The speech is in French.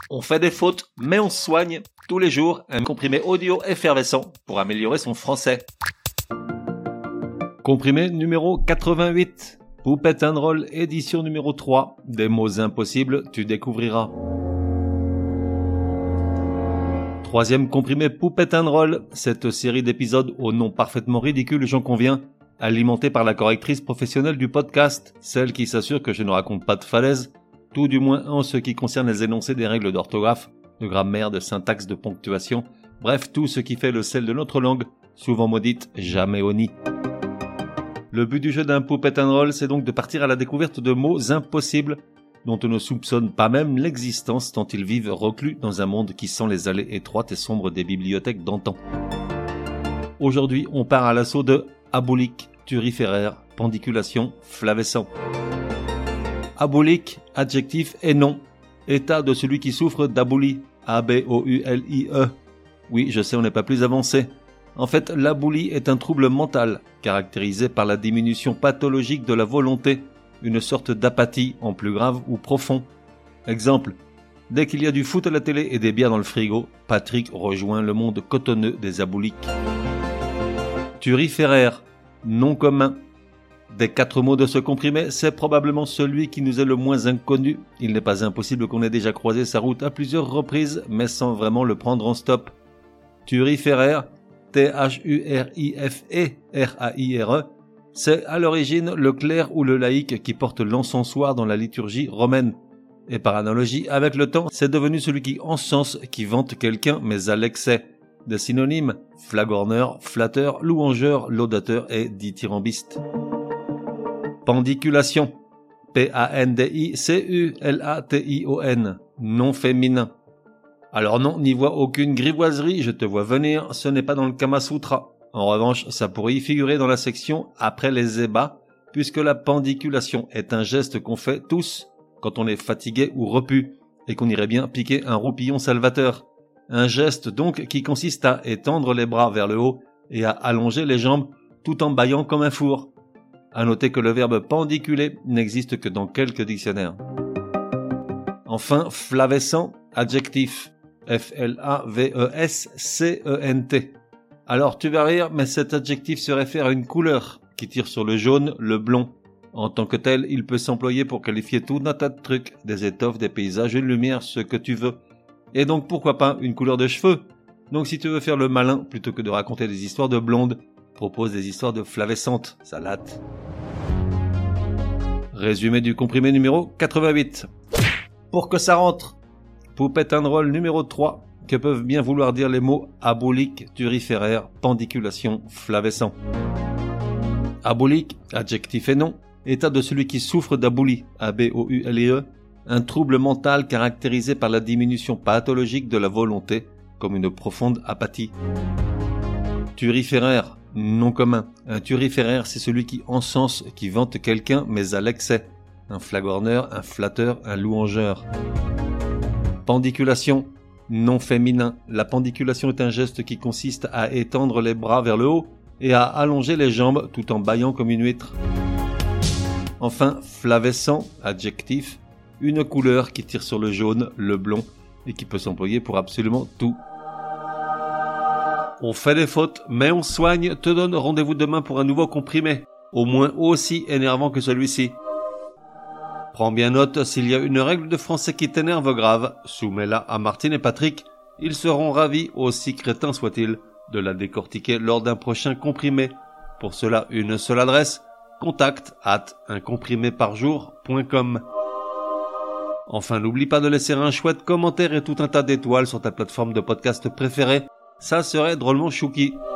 On fait des fautes, mais on soigne. Tous les jours, un comprimé audio effervescent pour améliorer son français. Comprimé numéro 88. Poupette and Roll, édition numéro 3. Des mots impossibles, tu découvriras. Troisième comprimé Poupette and Roll. Cette série d'épisodes au nom parfaitement ridicule, j'en conviens, alimentée par la correctrice professionnelle du podcast, celle qui s'assure que je ne raconte pas de falaise, tout du moins en ce qui concerne les énoncés des règles d'orthographe, de grammaire, de syntaxe, de ponctuation, bref tout ce qui fait le sel de notre langue, souvent maudite, jamais honnie. Le but du jeu d'un Poupette and Roll, c'est donc de partir à la découverte de mots impossibles, dont on ne soupçonne pas même l'existence tant ils vivent reclus dans un monde qui sent les allées étroites et sombres des bibliothèques d'antan. Aujourd'hui, on part à l'assaut de aboulique, turiféraire, pendiculation, flavescent. Aboulique, adjectif et nom. État de celui qui souffre d'aboulie, A-B-O-U-L-I-E. Oui, je sais, on n'est pas plus avancé. En fait, l'aboulie est un trouble mental, caractérisé par la diminution pathologique de la volonté, une sorte d'apathie en plus grave ou profond. Exemple, dès qu'il y a du foot à la télé et des bières dans le frigo, Patrick rejoint le monde cotonneux des abouliques. Turiféraire, nom commun. Des 4 mots de ce comprimé, c'est probablement celui qui nous est le moins inconnu. Il n'est pas impossible qu'on ait déjà croisé sa route à plusieurs reprises, mais sans vraiment le prendre en stop. Turiféraire, T-H-U-R-I-F-E-R-A-I-R-E, c'est à l'origine le clerc ou le laïc qui porte l'encensoir dans la liturgie romaine. Et par analogie, avec le temps, c'est devenu celui qui encense, qui vante quelqu'un, mais à l'excès. Des synonymes, flagorneur, flatteur, louangeur, laudateur et dithyrambiste. Pendiculation, P-A-N-D-I-C-U-L-A-T-I-O-N, nom féminin. Alors non, n'y vois aucune grivoiserie, je te vois venir, ce n'est pas dans le Kama Sutra. En revanche, ça pourrait y figurer dans la section après les ébats, puisque la pendiculation est un geste qu'on fait tous quand on est fatigué ou repu, et qu'on irait bien piquer un roupillon salvateur. Un geste donc qui consiste à étendre les bras vers le haut et à allonger les jambes tout en bâillant comme un four. À noter que le verbe pendiculer n'existe que dans quelques dictionnaires. Enfin, flavescent, adjectif. F-L-A-V-E-S-C-E-N-T. Alors tu vas rire, mais cet adjectif se réfère à une couleur qui tire sur le jaune, le blond. En tant que tel, il peut s'employer pour qualifier tout un tas de trucs, des étoffes, des paysages, une lumière, ce que tu veux. Et donc pourquoi pas une couleur de cheveux? Donc si tu veux faire le malin, plutôt que de raconter des histoires de blondes, propose des histoires de flavescentes, ça latte. Résumé du comprimé numéro 88. Pour que ça rentre, Poupette and Roll numéro 3, que peuvent bien vouloir dire les mots aboulique, turiféraire, pendiculation, flavescent. Aboulique, adjectif et nom, état de celui qui souffre d'aboulie, A-B-O-U-L-E, un trouble mental caractérisé par la diminution pathologique de la volonté, comme une profonde apathie. Turiféraire, nom commun. Un turiféraire, c'est celui qui encense, qui vante quelqu'un, mais à l'excès. Un flagorneur, un flatteur, un louangeur. Pendiculation, nom féminin. La pendiculation est un geste qui consiste à étendre les bras vers le haut et à allonger les jambes tout en bâillant comme une huître. Enfin, flavescent, adjectif, une couleur qui tire sur le jaune, le blond et qui peut s'employer pour absolument tout. On fait des fautes, mais on soigne, te donne rendez-vous demain pour un nouveau comprimé, au moins aussi énervant que celui-ci. Prends bien note, s'il y a une règle de français qui t'énerve grave, soumets-la à Martine et Patrick, ils seront ravis, aussi crétins soient-ils, de la décortiquer lors d'un prochain comprimé. Pour cela, une seule adresse, contact@uncompriméparjour.com. Enfin, n'oublie pas de laisser un chouette commentaire et tout un tas d'étoiles sur ta plateforme de podcast préférée, ça serait drôlement chouki.